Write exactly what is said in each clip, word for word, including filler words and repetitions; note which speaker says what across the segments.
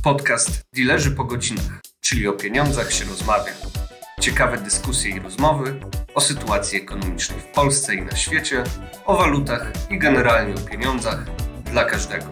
Speaker 1: Podcast Dilerzy po godzinach, czyli o pieniądzach się rozmawia. Ciekawe dyskusje i rozmowy o sytuacji ekonomicznej w Polsce i na świecie, o walutach i generalnie o pieniądzach dla każdego.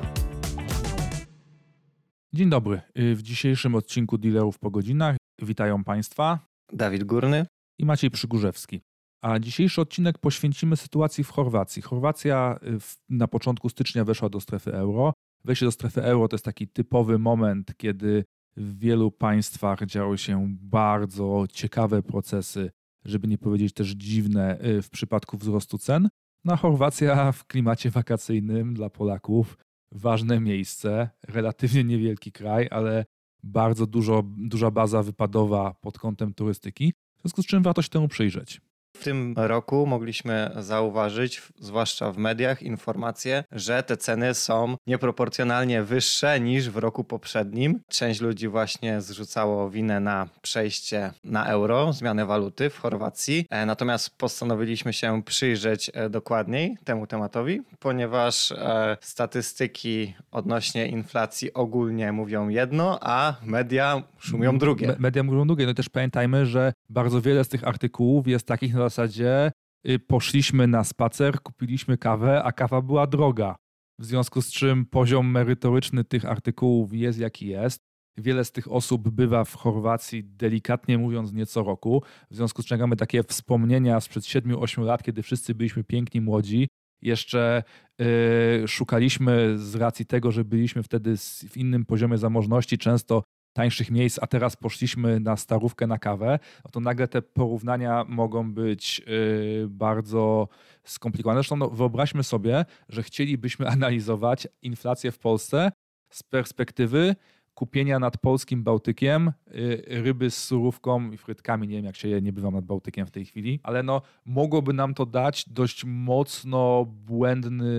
Speaker 2: Dzień dobry. W dzisiejszym odcinku Dealerów po godzinach witają Państwa
Speaker 3: Dawid Górny
Speaker 2: i Maciej Przygórzewski. A dzisiejszy odcinek poświęcimy sytuacji w Chorwacji. Chorwacja w, na początku stycznia weszła do strefy euro. Wejście do strefy euro to jest taki typowy moment, kiedy w wielu państwach działy się bardzo ciekawe procesy, żeby nie powiedzieć też dziwne w przypadku wzrostu cen. No a Chorwacja w klimacie wakacyjnym dla Polaków ważne miejsce, relatywnie niewielki kraj, ale bardzo dużo, duża baza wypadowa pod kątem turystyki, w związku z czym warto się temu przyjrzeć.
Speaker 3: W tym roku mogliśmy zauważyć, zwłaszcza w mediach, informacje, że te ceny są nieproporcjonalnie wyższe niż w roku poprzednim. Część ludzi właśnie zrzucało winę na przejście na euro, zmianę waluty w Chorwacji. Natomiast postanowiliśmy się przyjrzeć dokładniej temu tematowi, ponieważ statystyki odnośnie inflacji ogólnie mówią jedno, a media szumią drugie.
Speaker 2: Me- media mówią drugie. No i też pamiętajmy, że bardzo wiele z tych artykułów jest takich na zasadzie poszliśmy na spacer, kupiliśmy kawę, a kawa była droga. W związku z czym poziom merytoryczny tych artykułów jest jaki jest. Wiele z tych osób bywa w Chorwacji, delikatnie mówiąc, nie co roku. W związku z czym mamy takie wspomnienia sprzed siedmiu ośmiu lat, kiedy wszyscy byliśmy piękni, młodzi. Jeszcze yy, szukaliśmy z racji tego, że byliśmy wtedy w innym poziomie zamożności, często tańszych miejsc, a teraz poszliśmy na starówkę na kawę, no to nagle te porównania mogą być yy, bardzo skomplikowane. Zresztą no, wyobraźmy sobie, że chcielibyśmy analizować inflację w Polsce z perspektywy kupienia nad polskim Bałtykiem yy, ryby z surówką i frytkami. Nie wiem, jak się je, nie bywam nad Bałtykiem w tej chwili, ale no, mogłoby nam to dać dość mocno błędny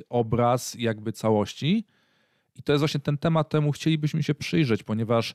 Speaker 2: obraz jakby całości. I to jest właśnie ten temat, temu chcielibyśmy się przyjrzeć, ponieważ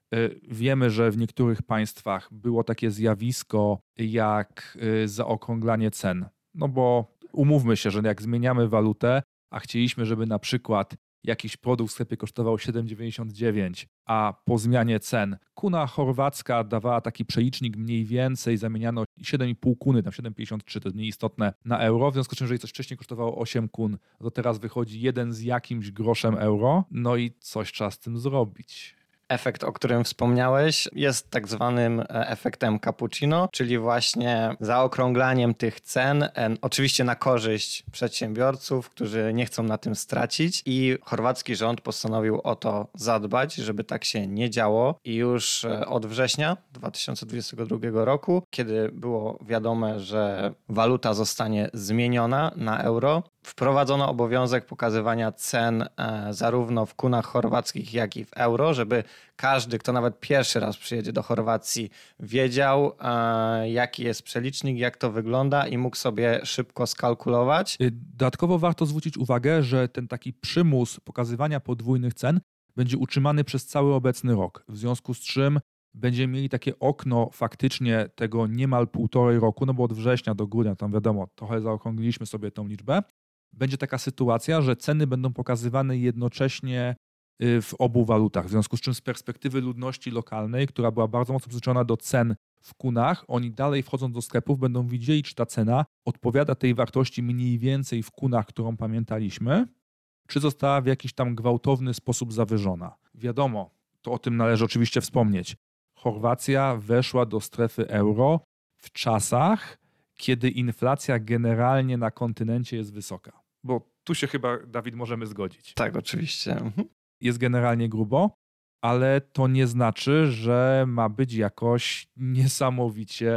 Speaker 2: wiemy, że w niektórych państwach było takie zjawisko jak zaokrąglanie cen. No bo umówmy się, że jak zmieniamy walutę, a chcieliśmy, żeby na przykład jakiś produkt w sklepie kosztował siedem dziewięćdziesiąt dziewięć, a po zmianie cen kuna chorwacka dawała taki przelicznik mniej więcej, zamieniano siedem i pół kuny, tam siedem pięćdziesiąt trzy, to jest mniej istotne, na euro. W związku z czym, jeżeli coś wcześniej kosztowało osiem kun, to teraz wychodzi jeden z jakimś groszem euro, no i coś trzeba z tym zrobić.
Speaker 3: Efekt, o którym wspomniałeś, jest tak zwanym efektem cappuccino, czyli właśnie zaokrąglaniem tych cen, oczywiście na korzyść przedsiębiorców, którzy nie chcą na tym stracić, i chorwacki rząd postanowił o to zadbać, żeby tak się nie działo, i już od września dwa tysiące dwudziestego drugiego roku, kiedy było wiadome, że waluta zostanie zmieniona na euro, wprowadzono obowiązek pokazywania cen e, zarówno w kunach chorwackich, jak i w euro, żeby każdy, kto nawet pierwszy raz przyjedzie do Chorwacji, wiedział, e, jaki jest przelicznik, jak to wygląda i mógł sobie szybko skalkulować.
Speaker 2: Dodatkowo warto zwrócić uwagę, że ten taki przymus pokazywania podwójnych cen będzie utrzymany przez cały obecny rok, w związku z czym będziemy mieli takie okno faktycznie tego niemal półtorej roku, no bo od września do grudnia, tam wiadomo, trochę zaokrągliliśmy sobie tą liczbę. Będzie taka sytuacja, że ceny będą pokazywane jednocześnie w obu walutach. W związku z czym z perspektywy ludności lokalnej, która była bardzo mocno przyzwyczajona do cen w kunach, oni dalej wchodząc do sklepów będą widzieli, czy ta cena odpowiada tej wartości mniej więcej w kunach, którą pamiętaliśmy, czy została w jakiś tam gwałtowny sposób zawyżona. Wiadomo, to o tym należy oczywiście wspomnieć. Chorwacja weszła do strefy euro w czasach, kiedy inflacja generalnie na kontynencie jest wysoka. Bo tu się chyba, Dawid, możemy zgodzić.
Speaker 3: Tak, oczywiście.
Speaker 2: Jest generalnie grubo, ale to nie znaczy, że ma być jakoś niesamowicie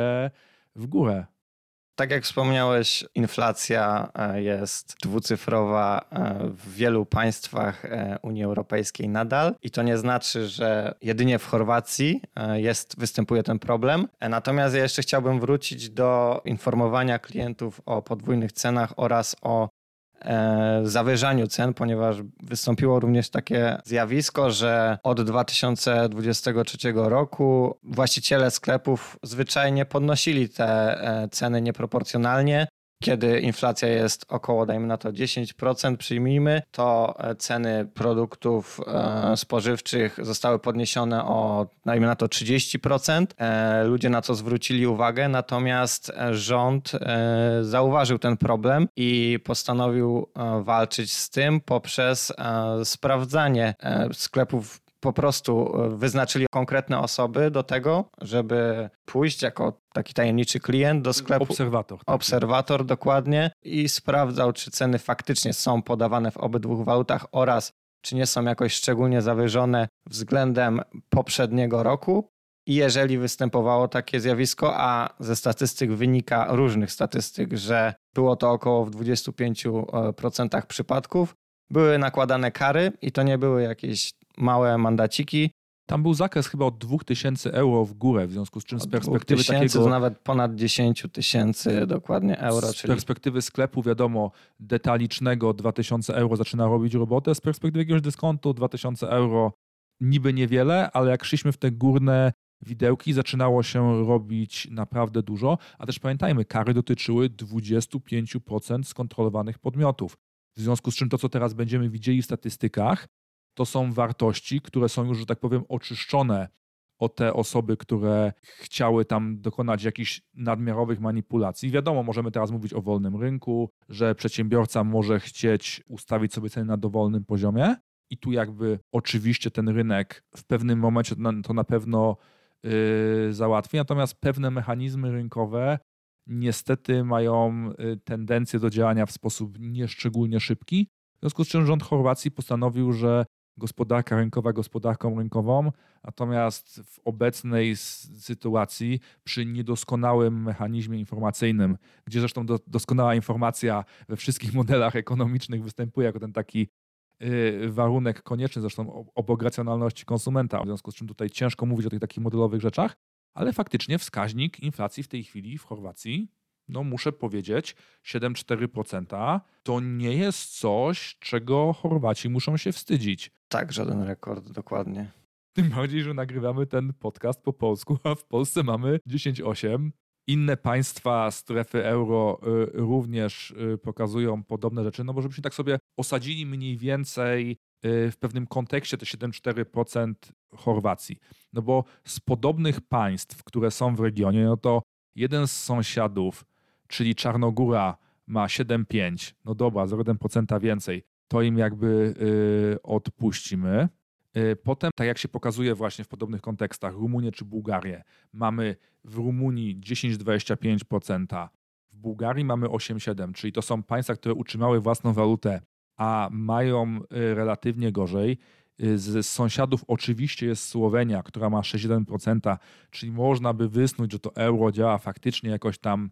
Speaker 2: w górę.
Speaker 3: Tak jak wspomniałeś, inflacja jest dwucyfrowa w wielu państwach Unii Europejskiej nadal i to nie znaczy, że jedynie w Chorwacji jest, występuje ten problem. Natomiast ja jeszcze chciałbym wrócić do informowania klientów o podwójnych cenach oraz o zawyżaniu cen, ponieważ wystąpiło również takie zjawisko, że od dwa tysiące dwudziestego trzeciego roku właściciele sklepów zwyczajnie podnosili te ceny nieproporcjonalnie, kiedy inflacja jest około, dajmy na to dziesięć procent, przyjmijmy, to ceny produktów e, spożywczych zostały podniesione o, dajmy na to trzydzieści procent. E, ludzie na to zwrócili uwagę, natomiast rząd e, zauważył ten problem i postanowił e, walczyć z tym poprzez e, sprawdzanie e, sklepów. Po prostu wyznaczyli konkretne osoby do tego, żeby pójść jako taki tajemniczy klient do sklepu.
Speaker 2: Obserwator. Tak.
Speaker 3: Obserwator, dokładnie. I sprawdzał, czy ceny faktycznie są podawane w obydwu walutach oraz czy nie są jakoś szczególnie zawyżone względem poprzedniego roku. I jeżeli występowało takie zjawisko, a ze statystyk wynika, różnych statystyk, że było to około w dwudziestu pięciu procentach przypadków, były nakładane kary i to nie były jakieś małe mandaciki.
Speaker 2: Tam był zakres chyba od dwóch tysięcy euro w górę, w związku z czym z perspektywy takiego...
Speaker 3: do nawet ponad dziesięć tysięcy dokładnie euro.
Speaker 2: Z
Speaker 3: czyli...
Speaker 2: perspektywy sklepu, wiadomo, detalicznego dwa tysiące euro zaczyna robić robotę, z perspektywy jakiegoś dyskontu dwa tysiące euro niby niewiele, ale jak szliśmy w te górne widełki, zaczynało się robić naprawdę dużo, a też pamiętajmy, kary dotyczyły dwadzieścia pięć procent skontrolowanych podmiotów. W związku z czym to, co teraz będziemy widzieli w statystykach, to są wartości, które są już, że tak powiem, oczyszczone o te osoby, które chciały tam dokonać jakichś nadmiarowych manipulacji. Wiadomo, możemy teraz mówić o wolnym rynku, że przedsiębiorca może chcieć ustawić sobie ceny na dowolnym poziomie i tu jakby oczywiście ten rynek w pewnym momencie to na pewno yy, załatwi, natomiast pewne mechanizmy rynkowe niestety mają tendencję do działania w sposób nieszczególnie szybki. W związku z czym rząd Chorwacji postanowił, że gospodarka rynkowa gospodarką rynkową, natomiast w obecnej sytuacji przy niedoskonałym mechanizmie informacyjnym, gdzie zresztą do, doskonała informacja we wszystkich modelach ekonomicznych występuje jako ten taki y, warunek konieczny, zresztą obok racjonalności konsumenta, w związku z czym tutaj ciężko mówić o tych takich modelowych rzeczach, ale faktycznie wskaźnik inflacji w tej chwili w Chorwacji, no muszę powiedzieć, siedem przecinek cztery procent to nie jest coś, czego Chorwaci muszą się wstydzić.
Speaker 3: Tak, żaden rekord, dokładnie.
Speaker 2: Tym bardziej, że nagrywamy ten podcast po polsku, a w Polsce mamy dziesięć przecinek osiem. Inne państwa strefy euro y, również y, pokazują podobne rzeczy, no bo żebyśmy tak sobie osadzili mniej więcej y, w pewnym kontekście te siedem przecinek cztery procent Chorwacji. No bo z podobnych państw, które są w regionie, no to jeden z sąsiadów, czyli Czarnogóra, ma siedem przecinek pięć. No dobra, zero przecinek jeden procent więcej. To im jakby y, odpuścimy. Y, potem, tak jak się pokazuje właśnie w podobnych kontekstach, Rumunię czy Bułgarię, mamy w Rumunii dziesięć przecinek dwadzieścia pięć procent, w Bułgarii mamy osiem przecinek siedem procent, czyli to są państwa, które utrzymały własną walutę, a mają y, relatywnie gorzej. Y, z sąsiadów oczywiście jest Słowenia, która ma sześć przecinek jeden procent, czyli można by wysnuć, że to euro działa faktycznie jakoś tam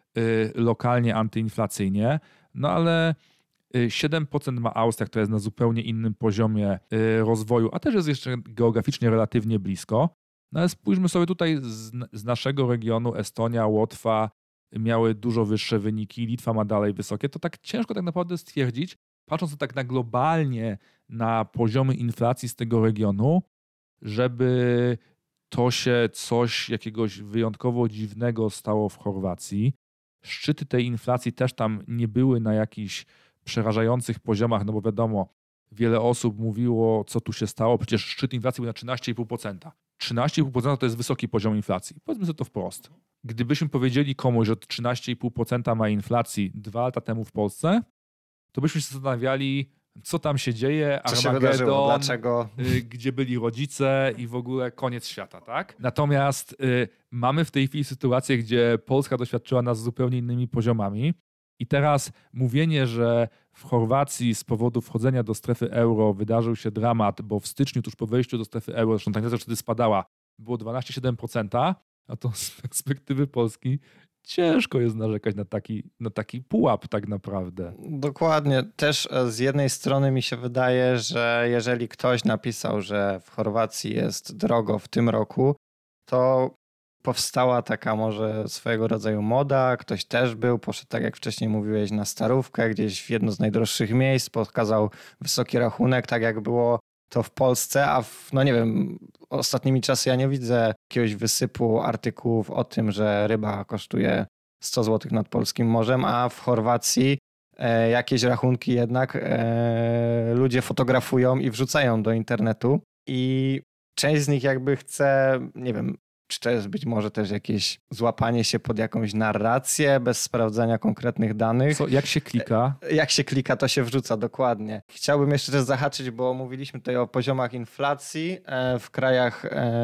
Speaker 2: y, lokalnie antyinflacyjnie, no ale siedem procent ma Austria, która jest na zupełnie innym poziomie rozwoju, a też jest jeszcze geograficznie relatywnie blisko. No ale spójrzmy sobie tutaj z, z naszego regionu, Estonia, Łotwa miały dużo wyższe wyniki, Litwa ma dalej wysokie. To tak ciężko tak naprawdę stwierdzić, patrząc tak na globalnie na poziomy inflacji z tego regionu, żeby to się coś jakiegoś wyjątkowo dziwnego stało w Chorwacji. Szczyty tej inflacji też tam nie były na jakichś przerażających poziomach, no bo wiadomo, wiele osób mówiło, co tu się stało, przecież szczyt inflacji był na trzynaście przecinek pięć procent. trzynaście przecinek pięć procent to jest wysoki poziom inflacji. Powiedzmy sobie to wprost. Gdybyśmy powiedzieli komuś, że trzynaście przecinek pięć procent ma inflacji dwa lata temu w Polsce, to byśmy się zastanawiali, co tam się dzieje,
Speaker 3: co się wydarzyło, dlaczego,
Speaker 2: gdzie byli rodzice i w ogóle koniec świata, tak? Natomiast y, mamy w tej chwili sytuację, gdzie Polska doświadczyła nas zupełnie innymi poziomami. I teraz mówienie, że w Chorwacji z powodu wchodzenia do strefy euro wydarzył się dramat, bo w styczniu tuż po wejściu do strefy euro, zresztą ta inflacja wtedy spadała, było dwanaście przecinek siedem procent, a to z perspektywy Polski ciężko jest narzekać na taki, na taki pułap tak naprawdę.
Speaker 3: Dokładnie. Też z jednej strony mi się wydaje, że jeżeli ktoś napisał, że w Chorwacji jest drogo w tym roku, to powstała taka może swojego rodzaju moda, ktoś też był, poszedł tak jak wcześniej mówiłeś na Starówkę, gdzieś w jedno z najdroższych miejsc, pokazał wysoki rachunek, tak jak było to w Polsce, a w, no nie wiem, ostatnimi czasy ja nie widzę jakiegoś wysypu artykułów o tym, że ryba kosztuje sto złotych nad polskim morzem, a w Chorwacji e, jakieś rachunki jednak e, ludzie fotografują i wrzucają do internetu i część z nich jakby chce, nie wiem, czy to jest być może też jakieś złapanie się pod jakąś narrację bez sprawdzania konkretnych danych.
Speaker 2: Co, jak się klika?
Speaker 3: Jak się klika, to się wrzuca, dokładnie. Chciałbym jeszcze też zahaczyć, bo mówiliśmy tutaj o poziomach inflacji w krajach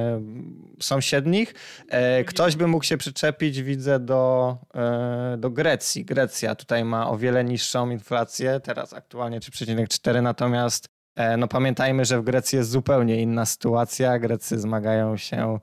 Speaker 3: sąsiednich. Ktoś by mógł się przyczepić, widzę, do, do Grecji. Grecja tutaj ma o wiele niższą inflację, teraz aktualnie trzy przecinek cztery, natomiast no pamiętajmy, że w Grecji jest zupełnie inna sytuacja. Grecy zmagają się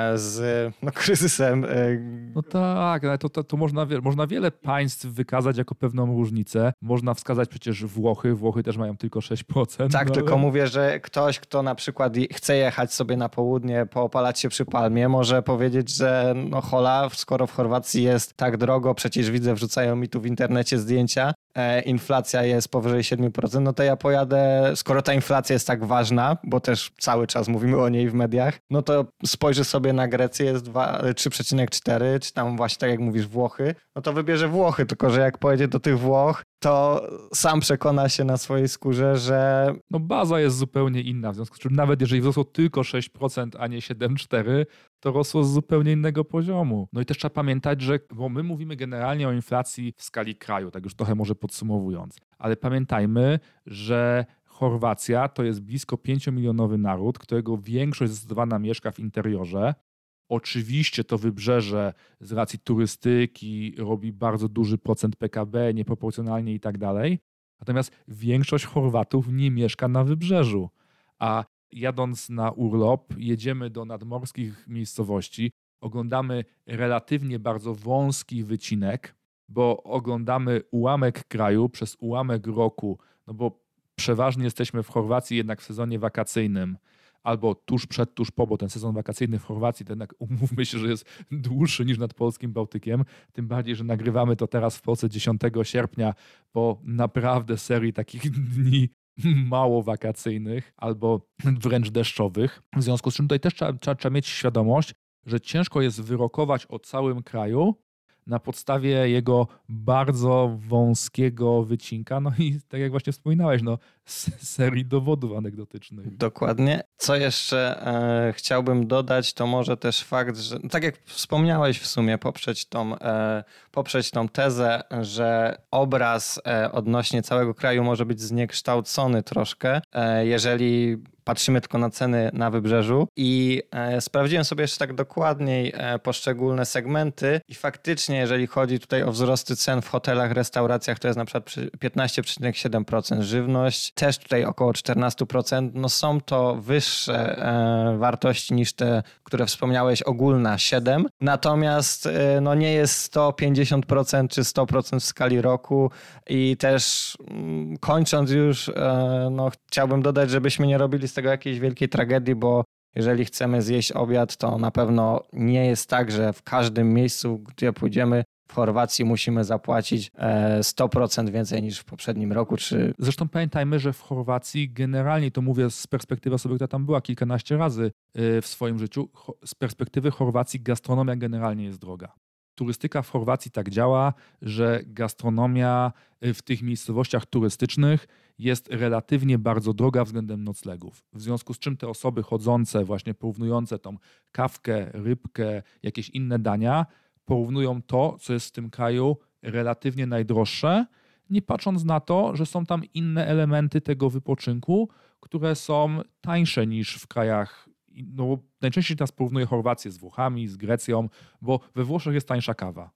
Speaker 3: z no, kryzysem.
Speaker 2: No tak, ale to, to, to można, można wiele państw wykazać jako pewną różnicę. Można wskazać przecież Włochy. Włochy też mają tylko sześć procent.
Speaker 3: Tak,
Speaker 2: no
Speaker 3: tylko
Speaker 2: ale... mówię,
Speaker 3: mówię, że ktoś, kto na przykład chce jechać sobie na południe, poopalać się przy palmie, może powiedzieć, że no hola, skoro w Chorwacji jest tak drogo, przecież widzę, wrzucają mi tu w internecie zdjęcia, e, inflacja jest powyżej siedem procent, no to ja pojadę, skoro ta inflacja jest tak ważna, bo też cały czas mówimy o niej w mediach, no to spojrzy sobie na Grecję, jest trzy przecinek cztery, czy tam właśnie tak jak mówisz Włochy, no to wybierze Włochy, tylko że jak pojedzie do tych Włoch, to sam przekona się na swojej skórze, że...
Speaker 2: No baza jest zupełnie inna, w związku z czym nawet jeżeli wzrosło tylko sześć procent, a nie siedem przecinek cztery, to rosło z zupełnie innego poziomu. No i też trzeba pamiętać, że bo my mówimy generalnie o inflacji w skali kraju, tak już trochę może podsumowując, ale pamiętajmy, że Chorwacja to jest blisko pięciomilionowy naród, którego większość zdecydowana mieszka w interiorze. Oczywiście to wybrzeże z racji turystyki robi bardzo duży procent P K B, nieproporcjonalnie i tak dalej. Natomiast większość Chorwatów nie mieszka na wybrzeżu. A jadąc na urlop, jedziemy do nadmorskich miejscowości, oglądamy relatywnie bardzo wąski wycinek, bo oglądamy ułamek kraju przez ułamek roku, no bo przeważnie jesteśmy w Chorwacji jednak w sezonie wakacyjnym, albo tuż przed, tuż po, bo ten sezon wakacyjny w Chorwacji to jednak umówmy się, że jest dłuższy niż nad polskim Bałtykiem, tym bardziej, że nagrywamy to teraz w Polsce dziesiątego sierpnia po naprawdę serii takich dni mało wakacyjnych albo wręcz deszczowych. W związku z czym tutaj też trzeba, trzeba, trzeba mieć świadomość, że ciężko jest wyrokować o całym kraju na podstawie jego bardzo wąskiego wycinka. No i tak jak właśnie wspominałeś, no, z serii dowodów anegdotycznych.
Speaker 3: Dokładnie. Co jeszcze e, chciałbym dodać, to może też fakt, że tak jak wspomniałeś w sumie, poprzeć tą, e, poprzeć tą tezę, że obraz e, odnośnie całego kraju może być zniekształcony troszkę, e, jeżeli patrzymy tylko na ceny na wybrzeżu i e, sprawdziłem sobie jeszcze tak dokładniej e, poszczególne segmenty i faktycznie, jeżeli chodzi tutaj o wzrosty cen w hotelach, restauracjach, to jest na przykład piętnaście przecinek siedem procent, żywność też tutaj około czternaście procent, no są to wyższe e, wartości niż te, które wspomniałeś, ogólna siedem, natomiast e, no nie jest to pięćdziesiąt procent czy sto procent w skali roku i też mm, kończąc już, e, no chciałbym dodać, żebyśmy nie robili z tego jakiejś wielkiej tragedii, bo jeżeli chcemy zjeść obiad, to na pewno nie jest tak, że w każdym miejscu, gdzie pójdziemy w Chorwacji, musimy zapłacić sto procent więcej niż w poprzednim roku. Czy...
Speaker 2: Zresztą pamiętajmy, że w Chorwacji generalnie, to mówię z perspektywy osoby, która tam była kilkanaście razy w swoim życiu, z perspektywy Chorwacji gastronomia generalnie jest droga. Turystyka w Chorwacji tak działa, że gastronomia w tych miejscowościach turystycznych jest relatywnie bardzo droga względem noclegów. W związku z czym te osoby chodzące, właśnie porównujące tą kawkę, rybkę, jakieś inne dania, porównują to, co jest w tym kraju relatywnie najdroższe, nie patrząc na to, że są tam inne elementy tego wypoczynku, które są tańsze niż w krajach. No, najczęściej teraz porównuję Chorwację z Włochami, z Grecją, bo we Włoszech jest tańsza kawa.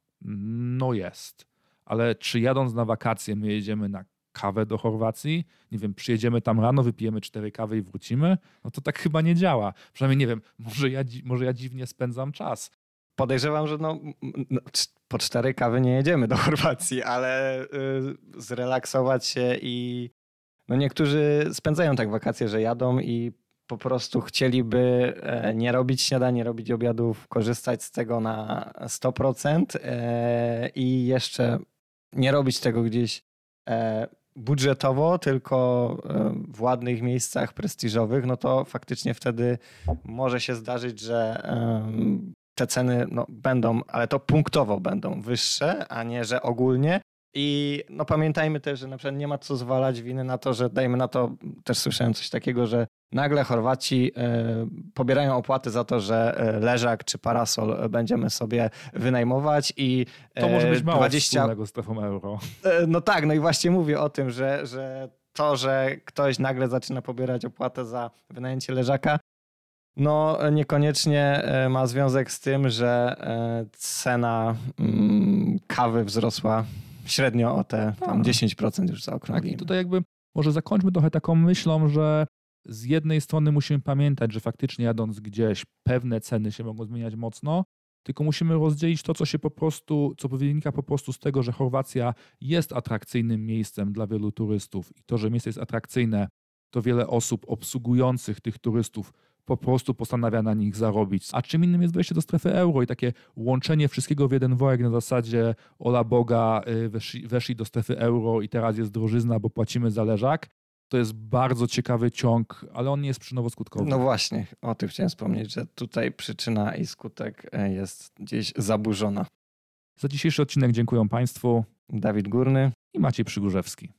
Speaker 2: No jest. Ale czy jadąc na wakacje my jedziemy na kawę do Chorwacji? Nie wiem, przyjedziemy tam rano, wypijemy cztery kawy i wrócimy? No to tak chyba nie działa. Przynajmniej nie wiem, może ja, może ja dziwnie spędzam czas.
Speaker 3: Podejrzewam, że no, no, po cztery kawy nie jedziemy do Chorwacji, ale y, zrelaksować się i no niektórzy spędzają tak wakacje, że jadą i po prostu chcieliby nie robić śniadań, nie robić obiadów, korzystać z tego na sto procent i jeszcze nie robić tego gdzieś budżetowo, tylko w ładnych miejscach prestiżowych, no to faktycznie wtedy może się zdarzyć, że te ceny no, będą, ale to punktowo będą wyższe, a nie, że ogólnie. I no pamiętajmy też, że na przykład nie ma co zwalać winy na to, że dajmy na to, też słyszałem coś takiego, że nagle Chorwaci e, pobierają opłaty za to, że e, leżak czy parasol będziemy sobie wynajmować i e,
Speaker 2: To może być mało
Speaker 3: dwadzieścia
Speaker 2: wspólnego z strefą euro.
Speaker 3: E, no tak, no i właśnie mówię o tym, że, że to, że ktoś nagle zaczyna pobierać opłatę za wynajęcie leżaka, no niekoniecznie e, ma związek z tym, że e, cena mm, kawy wzrosła średnio o te tam dziesięć procent już
Speaker 2: Tak,
Speaker 3: zaokrąglimy.
Speaker 2: i tutaj jakby może zakończmy trochę taką myślą, że z jednej strony musimy pamiętać, że faktycznie jadąc gdzieś pewne ceny się mogą zmieniać mocno, tylko musimy rozdzielić to, co się po prostu, co wynika po prostu z tego, że Chorwacja jest atrakcyjnym miejscem dla wielu turystów i to, że miejsce jest atrakcyjne, to wiele osób obsługujących tych turystów po prostu postanawia na nich zarobić. A czym innym jest wejście do strefy euro i takie łączenie wszystkiego w jeden worek na zasadzie ola Boga, weszli, weszli do strefy euro i teraz jest drożyzna, bo płacimy za leżak. To jest bardzo ciekawy ciąg, ale on nie jest przyczynowo-skutkowy.
Speaker 3: No właśnie, o tym chciałem wspomnieć, że tutaj przyczyna i skutek jest gdzieś zaburzona.
Speaker 2: Za dzisiejszy odcinek dziękuję Państwu
Speaker 3: Dawid Górny
Speaker 2: i Maciej Przygórzewski.